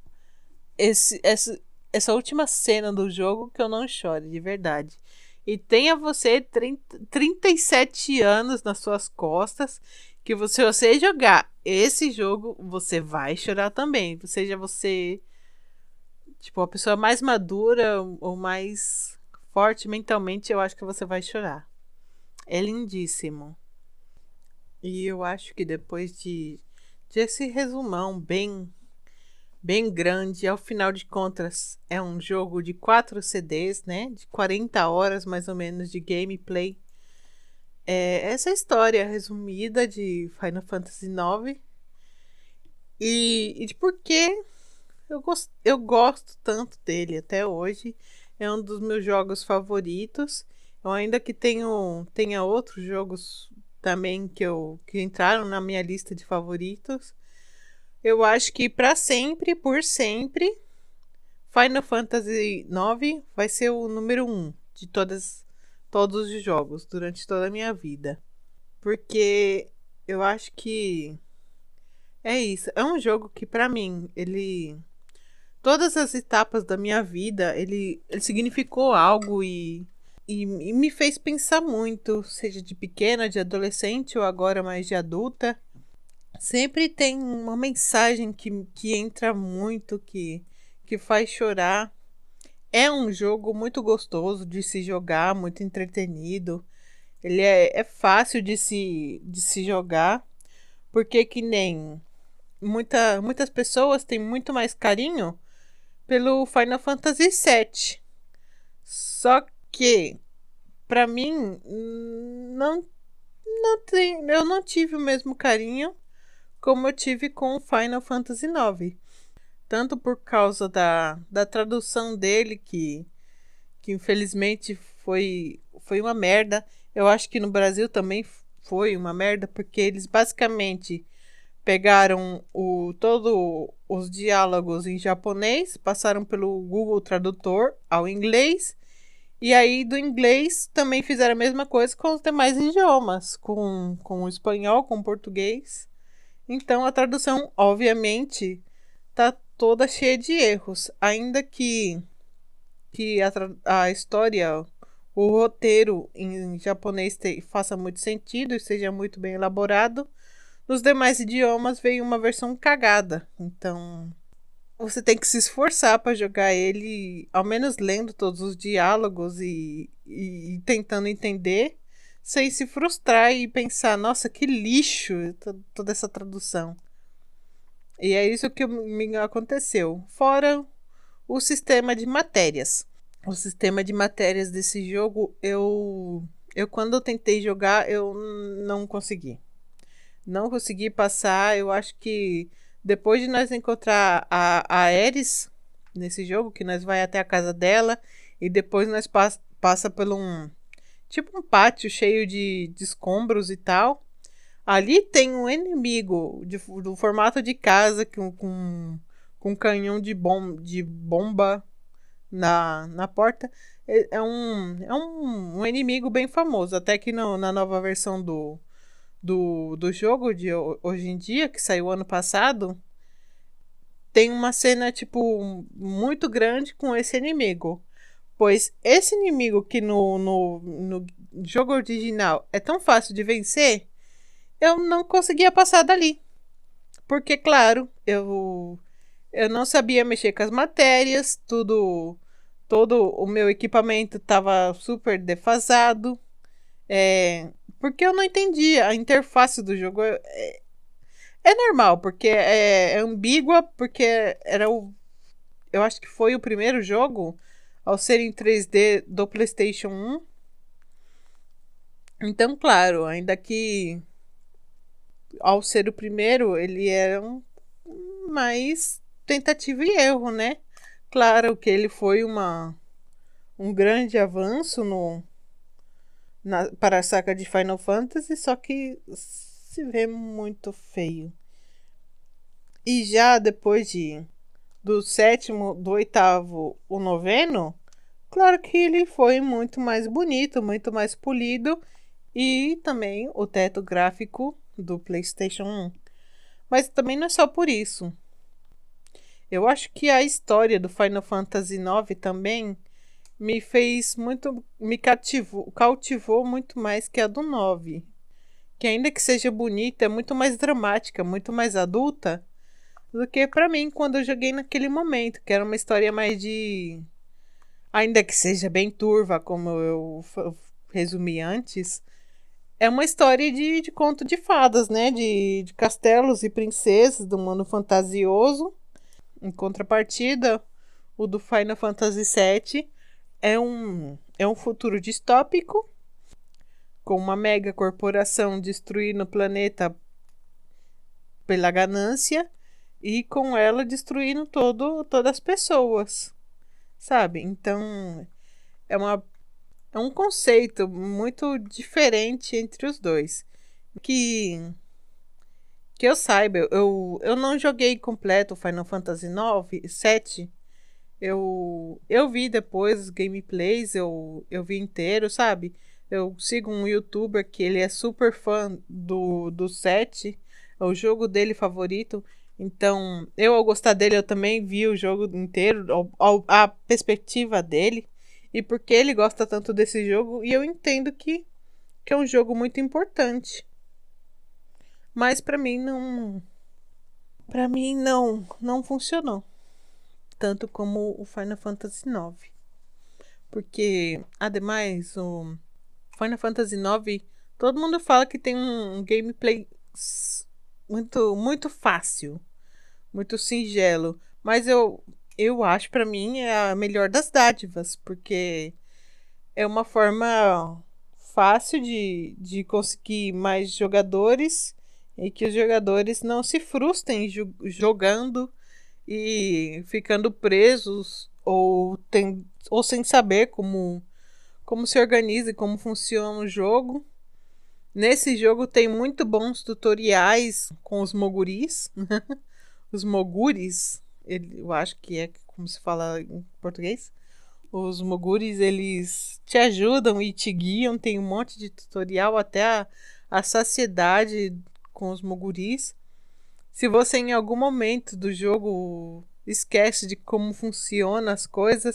essa última cena do jogo que eu não chore, de verdade. E tenha você 37 anos nas suas costas, que se você jogar esse jogo, você vai chorar também. Seja você, tipo, a pessoa mais madura ou mais forte mentalmente, eu acho que você vai chorar. É lindíssimo. E eu acho que depois de esse resumão bem grande, ao final de contas é um jogo de 4 CDs, né? De 40 horas mais ou menos de gameplay. Essa história resumida de Final Fantasy IX e de por que eu gosto tanto dele até hoje. É um dos meus jogos favoritos. Eu ainda que tenha outros jogos também que entraram na minha lista de favoritos. Eu acho que para sempre, por sempre, Final Fantasy IX vai ser o número 1 de todos os jogos durante toda a minha vida. Porque eu acho que é isso. É um jogo que para mim, todas as etapas da minha vida, ele significou algo e me fez pensar muito, seja de pequena, de adolescente ou agora mais de adulta. Sempre tem uma mensagem que entra muito, que faz chorar. É um jogo muito gostoso de se jogar, muito entretenido. Ele é fácil de se jogar, porque que nem muitas pessoas têm muito mais carinho pelo Final Fantasy VII. Só que, pra mim, eu não tive o mesmo carinho como eu tive com o Final Fantasy IX. Tanto por causa da tradução dele, que infelizmente foi uma merda. Eu acho que no Brasil também foi uma merda, porque eles basicamente pegaram todos os diálogos em japonês, passaram pelo Google Tradutor ao inglês, e aí do inglês também fizeram a mesma coisa com os demais idiomas, com o espanhol, com o português. Então a tradução, obviamente, tá toda cheia de erros, ainda que que a história, o roteiro em japonês faça muito sentido e seja muito bem elaborado. Nos demais idiomas veio uma versão cagada. Então, você tem que se esforçar para jogar ele, ao menos lendo todos os diálogos e tentando entender, sem se frustrar e pensar, nossa, que lixo toda essa tradução. E é isso que me aconteceu. Fora o sistema de matérias. O sistema de matérias desse jogo, eu quando eu tentei jogar, eu não consegui. Não consegui passar. Eu acho que depois de nós encontrar a Ares nesse jogo, que nós vai até a casa dela e depois nós passa por tipo um pátio cheio de escombros e tal. Ali tem um inimigo do formato de casa com um canhão de bomba na porta. É um inimigo bem famoso. Até que na nova versão do jogo de hoje em dia, que saiu ano passado, tem uma cena tipo muito grande com esse inimigo. Pois esse inimigo que no jogo original é tão fácil de vencer, eu não conseguia passar dali. Porque, claro, eu não sabia mexer com as matérias, todo o meu equipamento estava super defasado. Porque eu não entendia. A interface do jogo é normal, porque é ambígua, porque eu acho que foi o primeiro jogo ao ser em 3D do PlayStation 1. Então, claro, ainda que ao ser o primeiro, ele era mais tentativa e erro, né? Claro que ele foi um grande avanço para a saga de Final Fantasy, só que se vê muito feio. E já depois do sétimo, do oitavo, o noveno, claro que ele foi muito mais bonito, muito mais polido, e também o teto gráfico do PlayStation 1. Mas também não é só por isso. Eu acho que a história do Final Fantasy IX também me cautivou muito mais que a do 9. Que ainda que seja bonita, é muito mais dramática, muito mais adulta do que pra mim quando eu joguei naquele momento, que era uma história mais de... Ainda que seja bem turva, como eu resumi antes, é uma história de conto de fadas, né? De castelos e princesas do mundo fantasioso. Em contrapartida, o do Final Fantasy VII é um futuro distópico, com uma mega corporação destruindo o planeta pela ganância e com ela destruindo todas as pessoas, sabe? Então, é um conceito muito diferente entre os dois. Que eu saiba, eu não joguei completo o Final Fantasy VII. Eu vi depois os gameplays, eu vi inteiro, sabe? Eu sigo um youtuber que ele é super fã do 7, é o jogo dele favorito. Então, ao gostar dele, eu também vi o jogo inteiro, a perspectiva dele. E porque ele gosta tanto desse jogo, e eu entendo que é um jogo muito importante. Mas pra mim não funcionou tanto como o Final Fantasy IX. Porque, ademais, o Final Fantasy IX, todo mundo fala que tem um gameplay muito fácil, muito singelo. Mas eu acho, pra mim, é a melhor das dádivas, porque é uma forma fácil de conseguir mais jogadores e que os jogadores não se frustrem jogando e ficando presos ou sem saber como se organiza e como funciona o jogo. Nesse jogo tem muito bons tutoriais com os moguris. Os moguris, eu acho que é como se fala em português. Os moguris, eles te ajudam e te guiam. Tem um monte de tutorial até a saciedade com os moguris. Se você em algum momento do jogo esquece de como funcionam as coisas,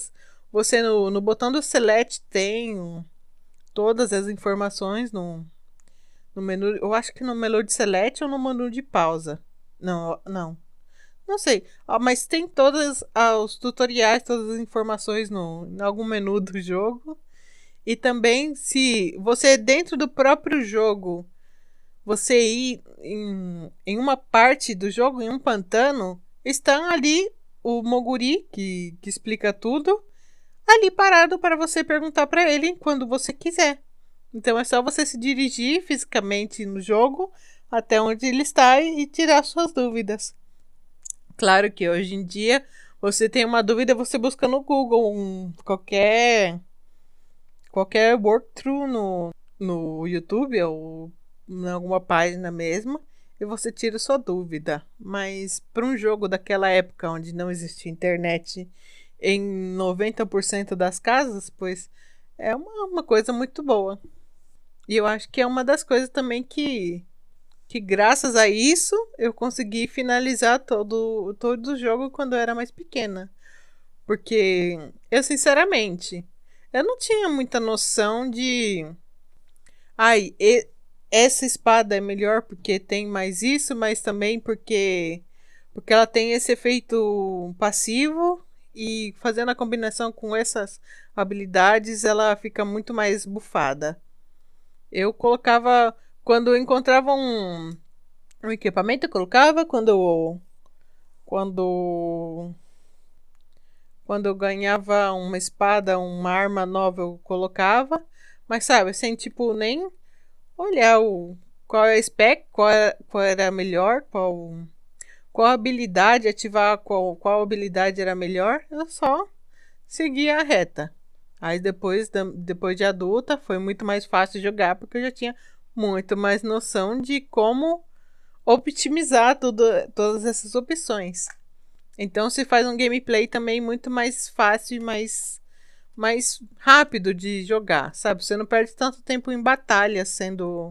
Você no botão do Select tem todas as informações no menu. Eu acho que no menu de Select ou no menu de pausa. Não, não. Não sei. Mas tem todos os tutoriais, todas as informações em algum menu do jogo. E também, se você dentro do próprio jogo, você ir em uma parte do jogo, em um pantano, está ali o Moguri, que explica tudo, ali parado para você perguntar para ele quando você quiser. Então é só você se dirigir fisicamente no jogo até onde ele está e tirar suas dúvidas. Claro que hoje em dia você tem uma dúvida, você busca no Google qualquer walkthrough no YouTube ou em alguma página mesmo e você tira sua dúvida. Mas para um jogo daquela época onde não existia internet em 90% das casas, pois é uma coisa muito boa. E eu acho que é uma das coisas também que graças a isso eu consegui finalizar todo o jogo quando eu era mais pequena. Porque eu, sinceramente, eu não tinha muita noção de. Ai, essa espada é melhor porque tem mais isso, mas também porque ela tem esse efeito passivo e fazendo a combinação com essas habilidades, ela fica muito mais bufada. Eu colocava. Quando eu encontrava um equipamento, eu colocava. Quando eu ganhava uma espada, uma arma nova, eu colocava. Mas sabe, sem tipo nem olhar qual é a spec, qual era a melhor, qual habilidade ativar, qual habilidade era melhor. Eu só seguia a reta. Aí depois de adulta foi muito mais fácil jogar porque eu já tinha muito mais noção de como optimizar todas essas opções. Então se faz um gameplay também muito mais fácil e mais rápido de jogar, sabe? Você não perde tanto tempo em batalha sendo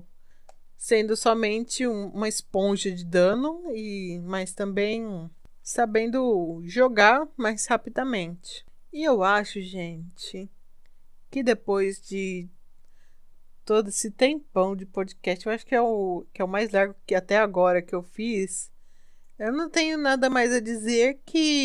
somente uma esponja de dano, mas também sabendo jogar mais rapidamente. E eu acho, gente, que depois de todo esse tempão de podcast, eu acho que é o mais largo que até agora que eu fiz. Eu não tenho nada mais a dizer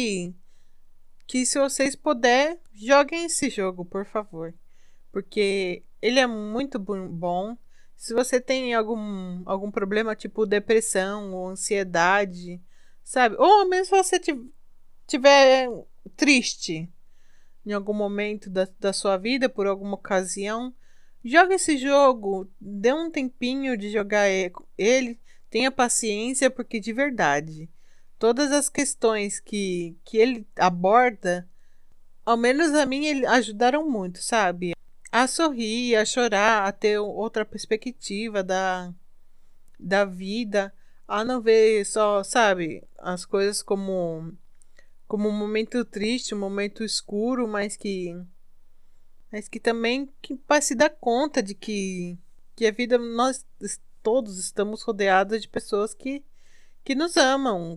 que se vocês puderem, joguem esse jogo, por favor. Porque ele é muito bom. Se você tem algum problema tipo depressão ou ansiedade, sabe? Ou mesmo se você tiver triste em algum momento da sua vida, por alguma ocasião, joga esse jogo, dê um tempinho de jogar ele, tenha paciência, porque de verdade, todas as questões que ele aborda, ao menos a mim, ele ajudaram muito, sabe? A sorrir, a chorar, a ter outra perspectiva da vida, a não ver só, sabe, as coisas como um momento triste, um momento escuro, mas que também para se dar conta de que a vida, nós todos estamos rodeados de pessoas que nos amam,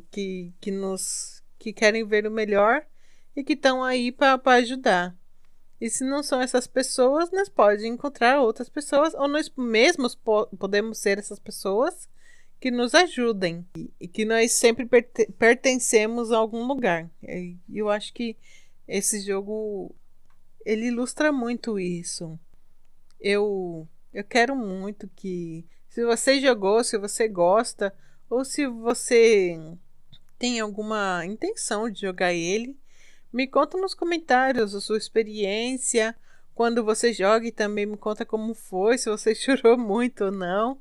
que querem ver o melhor e que estão aí para ajudar. E se não são essas pessoas, nós podemos encontrar outras pessoas, ou nós mesmos podemos ser essas pessoas que nos ajudem e que nós sempre pertencemos a algum lugar. E eu acho que esse jogo ele ilustra muito isso. Eu quero muito que, se você jogou, se você gosta, ou se você tem alguma intenção de jogar ele, me conta nos comentários a sua experiência quando você joga e também me conta como foi, se você chorou muito ou não.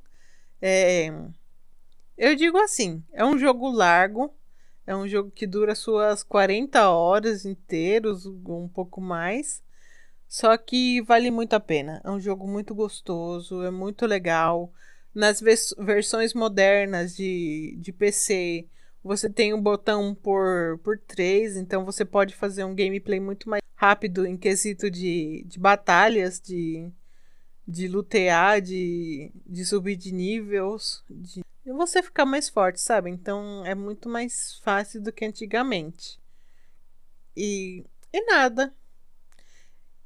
Eu digo assim, é um jogo largo, é um jogo que dura suas 40 horas inteiros, um pouco mais, só que vale muito a pena. É um jogo muito gostoso, é muito legal. Nas versões modernas de PC, você tem um botão por 3, então você pode fazer um gameplay muito mais rápido em quesito de batalhas, de lutear, de subir de níveis, de você ficar mais forte, sabe? Então é muito mais fácil do que antigamente. E nada.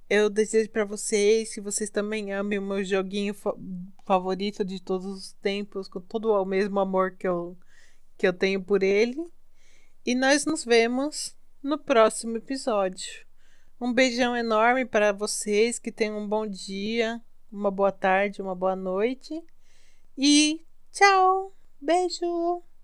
Eu desejo para vocês que vocês também amem o meu joguinho favorito de todos os tempos, com todo o mesmo amor que eu tenho por ele. E nós nos vemos no próximo episódio. Um beijão enorme para vocês, que tenham um bom dia, uma boa tarde, uma boa noite. E tchau! Beijo!